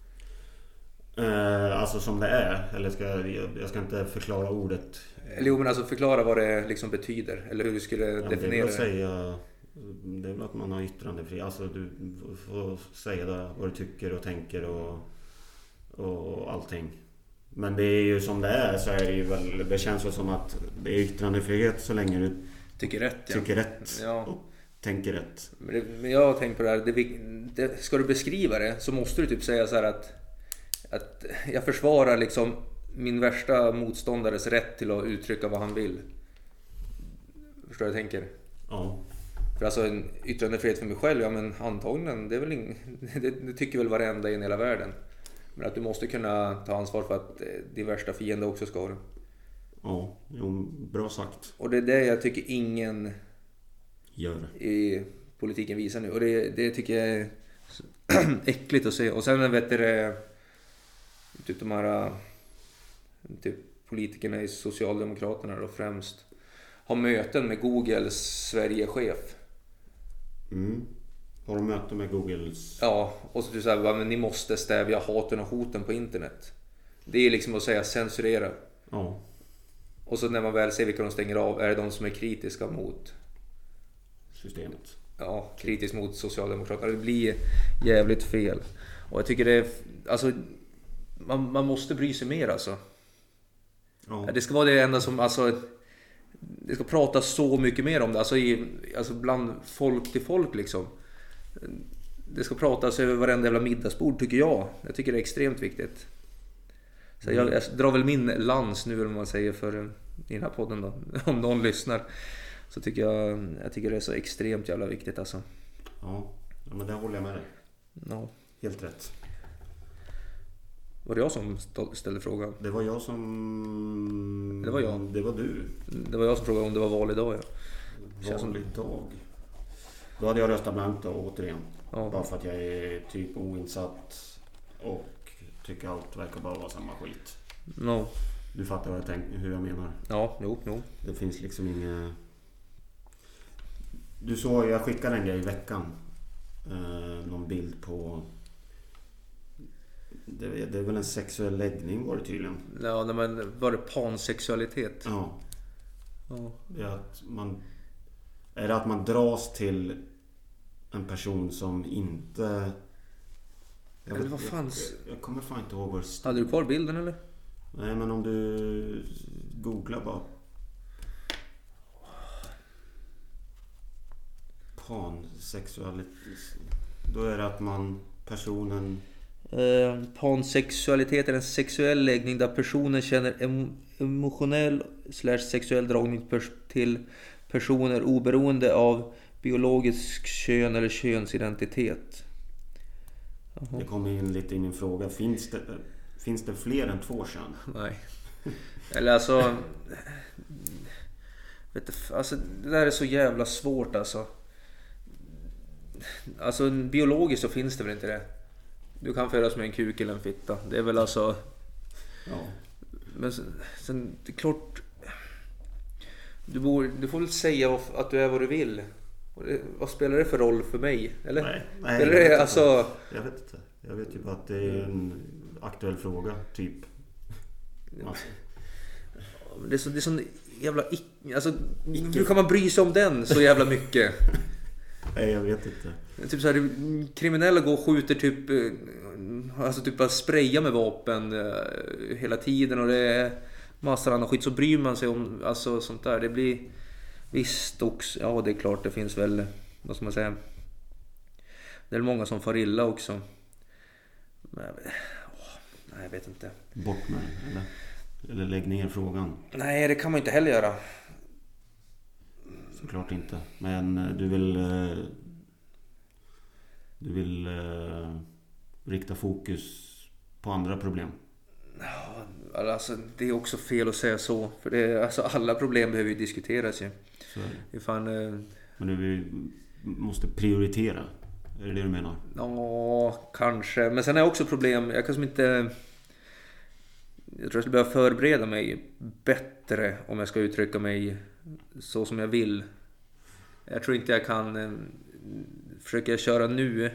Alltså som det är. Eller jag ska inte förklara ordet. Eller men alltså förklara vad det liksom betyder. Eller hur du skulle definiera det. Det är väl att man har yttrandefrihet. Alltså du får säga vad du tycker och tänker och allting. Men det är ju som det är, så är det ju väl, det känns väl som att det är yttrandefrihet så länge du tycker rätt ja. Och tänker rätt. Men jag har tänkt på det här, ska du beskriva det så måste du typ säga så här att jag försvarar liksom min värsta motståndares rätt till att uttrycka vad han vill. Förstår jag tänker? Ja. För alltså en yttrandefrihet för mig själv, ja men antagligen, det är väl det tycker väl varenda i hela världen. Men att du måste kunna ta ansvar för att din värsta fiende också ska ha det. Ja, jo, bra sagt. Och det är det jag tycker ingen gör i politiken visar nu. Och det tycker jag är äckligt att se. Och sen vet du typ de här typ politikerna i Socialdemokraterna då främst har möten med Googles Sverigechef. Har de möten med Googles? Ja, och så typ så här, men ni måste stävja haten och hoten på internet. Det är liksom att säga censurera. Ja. Och så när man väl ser vilka de stänger av, är det de som är kritiska mot systemet. Ja, kritiskt mot Socialdemokraterna. Det blir jävligt fel. Och jag tycker det är, alltså man måste bry sig mer alltså. Ja. Det ska vara det enda som, alltså det ska prata så mycket mer om det, alltså bland folk till folk liksom. Det ska pratas över varenda jävla middagsbord tycker jag. Jag tycker det är extremt viktigt. Så jag drar väl min lans nu, eller vad man säger, för i den här podden då. Om någon lyssnar. Så tycker jag tycker det är så extremt jävla viktigt alltså. Ja, men det håller jag med dig. Ja. Helt rätt. Var det jag som ställde frågan? Det var jag som... Det var jag. Det var du. Det var jag som frågade om det var val idag, ja. Val idag? Då hade jag röstat blankt då, återigen. Ja. Bara för att jag är typ oinsatt och tycker allt verkar bara vara samma skit. No. Du fattar vad hur jag menar. Ja, jo. Det finns liksom inga... Du såg, jag skickade en grej i veckan. Någon bild på... Det är väl en sexuell läggning var det tydligen. Ja, men var det pansexualitet? Ja. Det är att man dras till en person som inte... Eller vad fanns? Jag kommer fan inte ihåg vad det stod. Hade du kvar bilden eller? Nej, men om du googlar bara. Pansexualitet. Då är det att personen... Pansexualitet är en sexuell läggning där personen känner emotionell / sexuell dragning till personer oberoende av biologisk kön eller könsidentitet. Det kommer in lite i min fråga. Finns det fler än 2 kön? Nej. Eller alltså... alltså det där är så jävla svårt alltså. Alltså biologiskt så finns det väl inte det. Du kan födas med en kuk eller en fitta. Det är väl alltså... Ja. Men sen det är klart... Du får väl säga att du är vad du vill. Och vad spelar det för roll för mig? Eller? Nej, eller det, alltså... Jag vet inte. Jag vet ju bara att det är en aktuell fråga, typ. Alltså. Det är sån jävla... Alltså, hur kan man bry sig om den så jävla mycket? Nej, jag vet inte. Typ så här, kriminella går och skjuter typ... Alltså typ bara spraya med vapen hela tiden. Och det är massor annan skit. Så bryr man sig om alltså, sånt där. Det blir... Visst också... Ja, det är klart det finns väl... Vad ska man säga? Det är många som far illa också. Men, nej, jag vet inte. Bort med det, eller lägg ner frågan. Nej, det kan man inte heller göra. Såklart inte. Men du vill rikta fokus på andra problem. Ja, alltså det är också fel att säga så. För det, alltså, alla problem behöver ju diskuteras ju. Men du måste prioritera. Är det du menar? Ja, kanske. Men sen är också problem. Jag kanske inte... Jag tror jag skulle behöva förbereda mig bättre om jag ska uttrycka mig så som jag vill. Jag tror inte jag kan försöka köra nu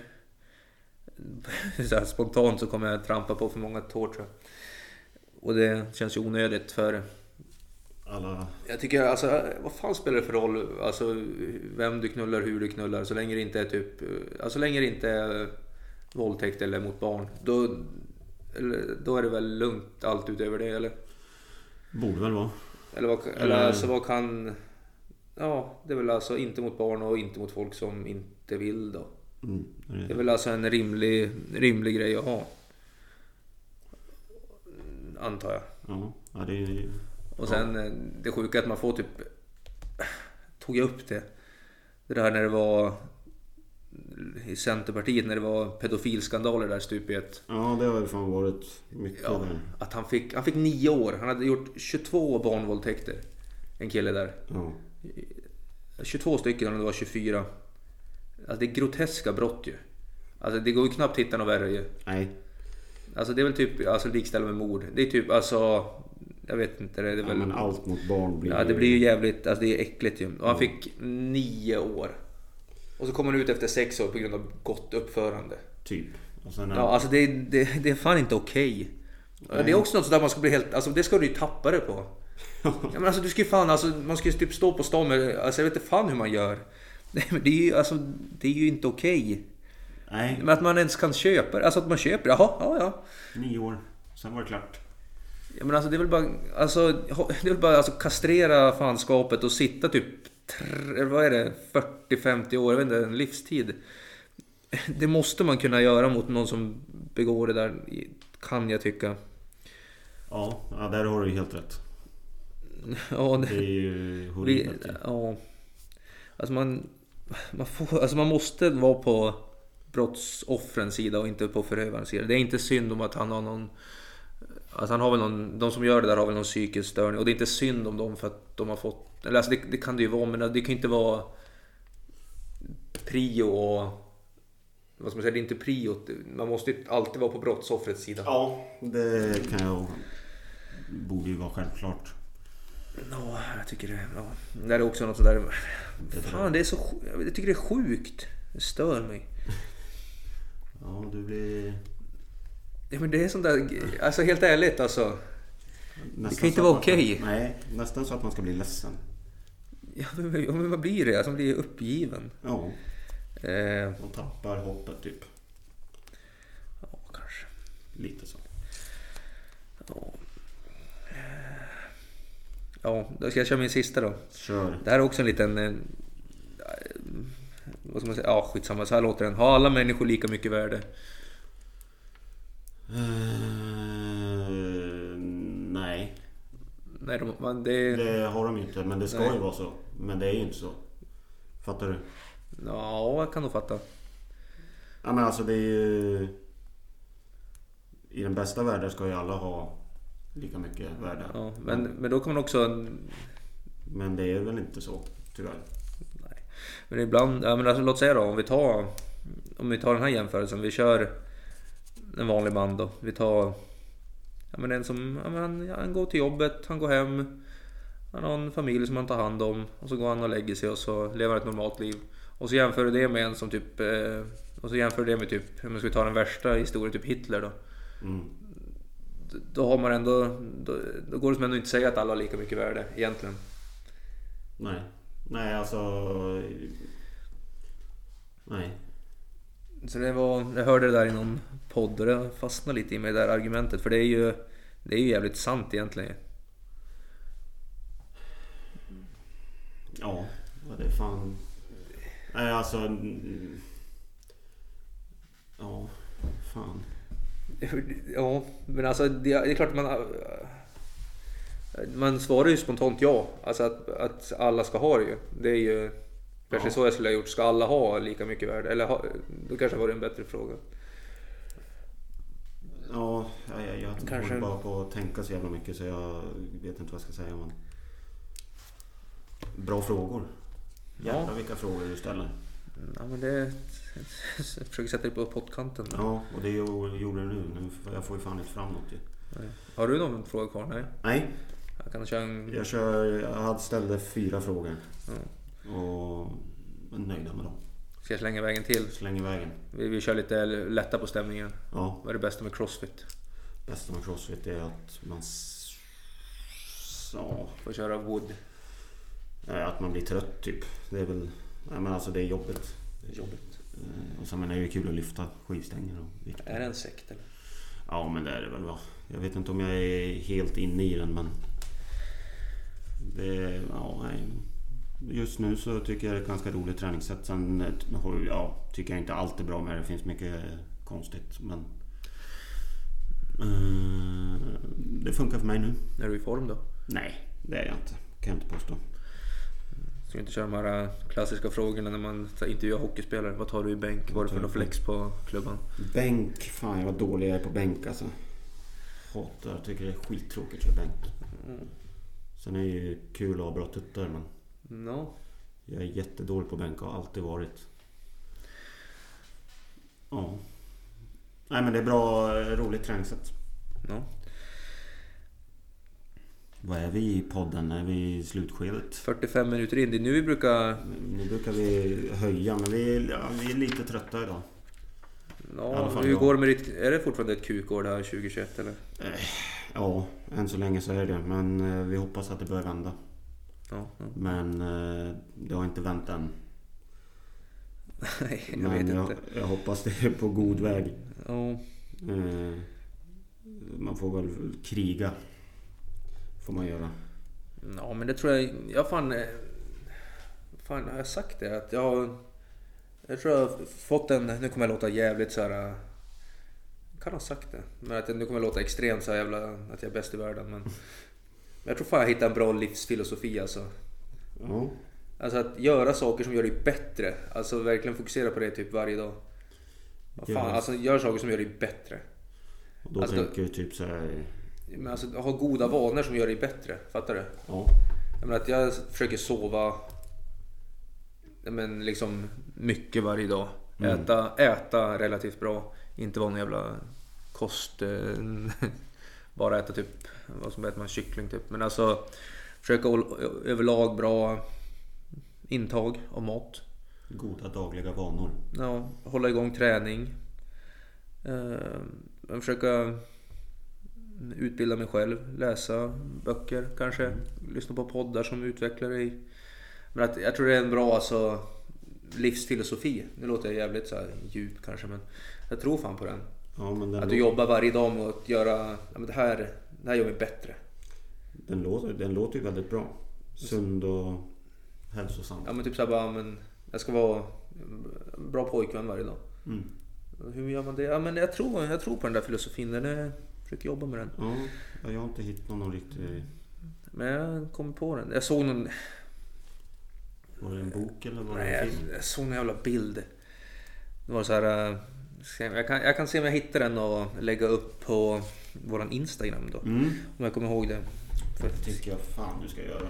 så här spontant så kommer jag trampa på för många tår tror jag. Och det känns ju onödigt för alla. Jag tycker alltså vad fan spelar det för roll alltså vem du knullar, hur du knullar så länge det inte är typ alltså länge det inte är våldtäkt eller mot barn då är det väl lugnt allt utöver det eller? Borde väl vara. Eller alltså vad kan ja, det är väl alltså inte mot barn och inte mot folk som inte vill då. Det är väl alltså en rimlig grej att ha. antar jag. Ja, det är... Och sen det sjuka att man får typ... Tog jag upp det? Det där när det var i Centerpartiet, när det var pedofilskandaler där stup i ett. Ja, det har ju fan varit mycket där. Att han fick 9 år. Han hade gjort 22 barnvåldtäkter. En kille där. 22 stycken, om det var 24. Alltså det är groteska brott ju. Alltså det går ju knappt hitta något värre ju. Nej. Alltså det är väl typ likställa med mord. Det är typ alltså... Jag vet inte, det är väl... men allt mot barn blir... Ja, det blir ju jävligt... Alltså det är äckligt ju. Och han fick 9 år. Och så kom han ut efter 6 år på grund av gott uppförande. Typ. Och sen ja, alltså det är fan inte okej. Det är också något sådär man ska bli helt... Alltså det ska du ju tappa det på. Ja, men alltså du ska ju fan... Alltså man ska ju typ stå på stan med... Alltså jag vet inte fan hur man gör. Nej, men det är ju, alltså, det är ju inte okej. Nej. Men att man ens kan köpa det. Alltså att man köper det. Ja. 9 år. Sen var det klart. Ja, men alltså det är väl bara... Alltså, det är väl bara kastrera fanskapet och sitta typ... Vad är det? 40-50 år, jag vet inte, en livstid. Det måste man kunna göra mot någon som begår det där, kan jag tycka. Ja, där har du helt rätt. Ja, det är ju horribelt. Ja. Alltså man måste vara på brottsoffrens sida och inte på förövarens sida. Det är inte synd om att han har någon... Alltså han har väl någon, de som gör det där har väl någon psykisk störning. Och det är inte synd om dem för att de har fått... Eller alltså det kan det ju vara, men det kan inte vara prio och... Vad ska man säga, det är inte prio. Man måste ju alltid vara på brottsoffrets sida. Ja, det kan jag... Borde ju vara självklart. Ja, jag tycker det. Ja. Det är också något sådär... Fan, det är så... Jag tycker det är sjukt. Det stör mig. Ja, du blir... Ja, men det är sånt där... Alltså helt ärligt alltså. Nästan det kan inte vara okej. Nej, nästan så att man ska bli ledsen. Ja, men vad blir det? Alltså man blir uppgiven. Ja. Man tappar hoppet typ. Ja, kanske. Lite så. Ja, då ska jag köra min sista då. Kör. Det här är också en liten... Vad ska man säga? Ja, skitsamma. Så här låter den. Har alla människor lika mycket värde? Nej. Nej, det har de inte, men det ska ju vara så. Men det är ju inte så. Fattar du? Ja, jag kan nog fatta. Ja, men alltså det är ju... I den bästa världen ska ju alla ha lika mycket värde. Ja, men då kan man också... Men det är väl inte så, tyvärr. Nej. Men ibland... Ja, men alltså, låt säga då, om vi tar den här jämförelsen. Vi kör en vanlig man då. Vi tar... Ja, men en som... Ja, men han går till jobbet, han går hem. Han har en familj som han tar hand om. Och så går han och lägger sig och så lever ett normalt liv. Och så jämför du det med en som typ... Och så jämför du det med typ... Om man ska ta den värsta historien, typ Hitler då. Mm. Då har man ändå... Då går det som ändå inte säga att alla har lika mycket värde egentligen. Nej. Nej, alltså... Nej. Så det var... Jag hörde det där i någon podd och det fastnade lite i mig det där argumentet. För det är ju jävligt sant egentligen. Ja, det är fan... Nej, alltså... Ja, fan. Ja, men alltså det är klart man svarar ju spontant ja. Alltså att alla ska ha det ju. Det är ju kanske så jag skulle ha gjort. Ska alla ha lika mycket värde? Eller då kanske var det en bättre fråga. Ja, jag kanske bara på att tänka så jävla mycket så jag vet inte vad jag ska säga. Men... Bra frågor. Jävlar vilka frågor du ställer. Ja, men det... Jag försöker sätta dig på pottkanten. Ja, och det gjorde du nu. Jag får ju fan inte fram något ju. Har du någon fråga kvar? Nej. Jag kan köra en... Jag ställde 4 frågor. Ja. Och är nöjda med dem. Ska jag slänga vägen till? Släng vägen. Vi kör lite lätta på stämningen. Ja. Vad är det bästa med CrossFit? Bästa med CrossFit är att man... Ja. Får köra wood. Att man blir trött typ. Det är väl... Nej, men alltså det är jobbigt. Och så är det ju kul att lyfta skivstänger och vikter. Är det en sekt eller? Ja, men det är det väl va. Jag vet inte om jag är helt inne i den, men det, just nu så tycker jag det är ett ganska roligt träningssätt. Sen tycker jag inte allt är bra med det. Det finns mycket konstigt, men det funkar för mig nu. Är du i form då? Nej, det är jag inte. Kan jag inte påstå. Ska inte köra de här klassiska frågorna när man intervjuar hockeyspelare. Vad tar du i bänk? Vad är det för någon flex på klubban? Bänk? Fan, jag var dålig jag är på bänk alltså. Hatar, jag tycker det är skittråkigt att köra bänk. Sen är det ju kul att ha bra tuttar, men jag är jättedålig på bänk och har alltid varit. Ja. Nej, men det är bra, roligt träningssätt. Ja. Vad är vi i podden? Är vi i slutskedet? 45 minuter in. Det är nu vi brukar... Nu brukar vi höja, men vi är lite trötta idag. Ja, hur går det med ditt... Är det fortfarande ett kukår det här 2021 eller? Ja, än så länge så är det. Men vi hoppas att det börjar vända. Ja. Men det har inte vänt än. Nej, jag vet inte. Jag hoppas det är på god väg. Ja. Man får väl kriga. Får man göra. Ja, men det tror jag fan har jag sagt det att jag tror jag har fått en, nu kommer jag låta jävligt så här, kan ha sagt det, men att nu kommer jag låta extremt så här jävla att jag är bäst i världen, men jag tror fan jag hittar en bra livsfilosofi alltså. Ja. Alltså att göra saker som gör dig bättre, alltså verkligen fokusera på det typ varje dag. Fan, alltså gör saker som gör dig bättre. Och då alltså, tänker du typ så här... Men alltså ha goda vanor som gör dig bättre, fattar du? Ja. Jag menar att jag försöker sova men liksom mycket varje dag. Äta relativt bra, inte vara någon jävla kost bara äta typ vad som äter man, kyckling typ, men alltså försöka överlag bra intag av mat. Goda dagliga vanor. Ja, hålla igång träning. Försöka utbilda mig själv, läsa böcker kanske, lyssna på poddar som utvecklar dig. Men att, jag tror det är en bra alltså, livsfilosofi. Nu låter jag jävligt så här djup kanske, men jag tror fan på den. Ja, men att du jobbar varje dag med att göra, ja, men det här gör mig bättre. Den låter ju väldigt bra. Sund och hälsosam. Ja, men typ så här bara, men jag ska vara en bra pojkvän varje dag. Hur gör man det? Ja, men jag tror på den där filosofin. Jag försöker jobba med den. Ja, jag har inte hittat någon riktig... Men jag kom på den. Jag såg någon... Var det en bok eller var det en film? Jag såg en jävla bild. Det var så här... Jag kan se om jag hittar den och lägga upp på våran Instagram då. Om jag kommer ihåg det. Det tycker jag fan du ska göra.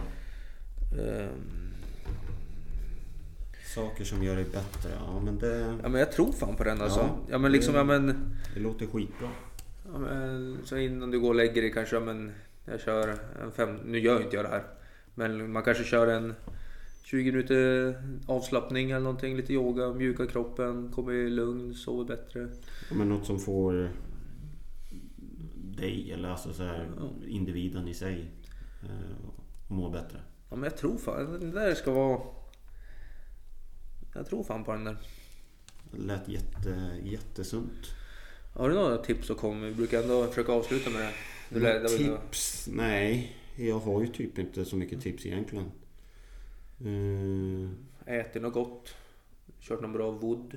Saker som gör dig bättre. Ja, men det... Ja, men jag tror fan på den alltså. Ja, men liksom, det låter skitbra. Ja, men, så innan du går och lägger dig kanske, men jag kör nu gör inte jag det här. Men man kanske kör en 20 minuter avslappning eller någonting, lite yoga, mjuka kroppen, kommer i lugn, sover bättre. Ja, men något som får dig eller alltså så här, individen i sig må bättre. Ja, men jag tror fan det där ska vara... Jag tror fan på den där. Det lät jättesunt. Har du några tips att komma? Vi brukar ändå försöka avsluta med det. Tips? Nej, jag har ju typ inte så mycket tips egentligen. Ätit något gott? Kört någon bra wood?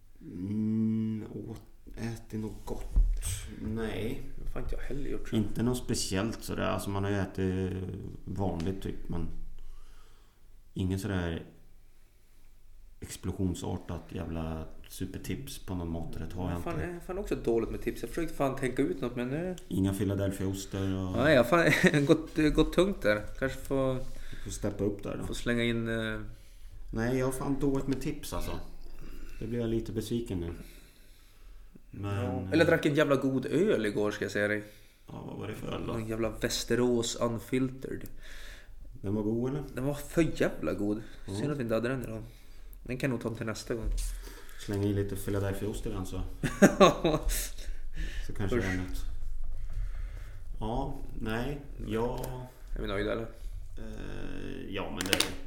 Ätit något gott? Nej. Det har inte jag heller gjort. Inte något speciellt sådär. Alltså man har ju ätit vanligt typ, men ingen sådär explosionsartat jävla supertips på någon maträtt har jag inte. Jag är fan också dåligt med tips. Jag försökte fan tänka ut något, men nu... Inga Philadelphia-oster och... Nej, jag har gått tungt där. Kanske får steppa upp där då. Får slänga in... Nej, jag har fan dåligt med tips alltså. Det blir jag lite besviken nu. Men... Ja. Eller jag drack en jävla god öl igår, ska jag säga dig. Ja, vad var det för öl då? En jävla Västerås Unfiltered. Den var god eller? Den var för jävla god. Synd att vi inte hade den idag. Den kan nog ta till nästa gång. Slänga i lite Philadelphia-ost i den så kanske det är något. Ja, nej, ja. Är vi nöjda eller? Ja, men det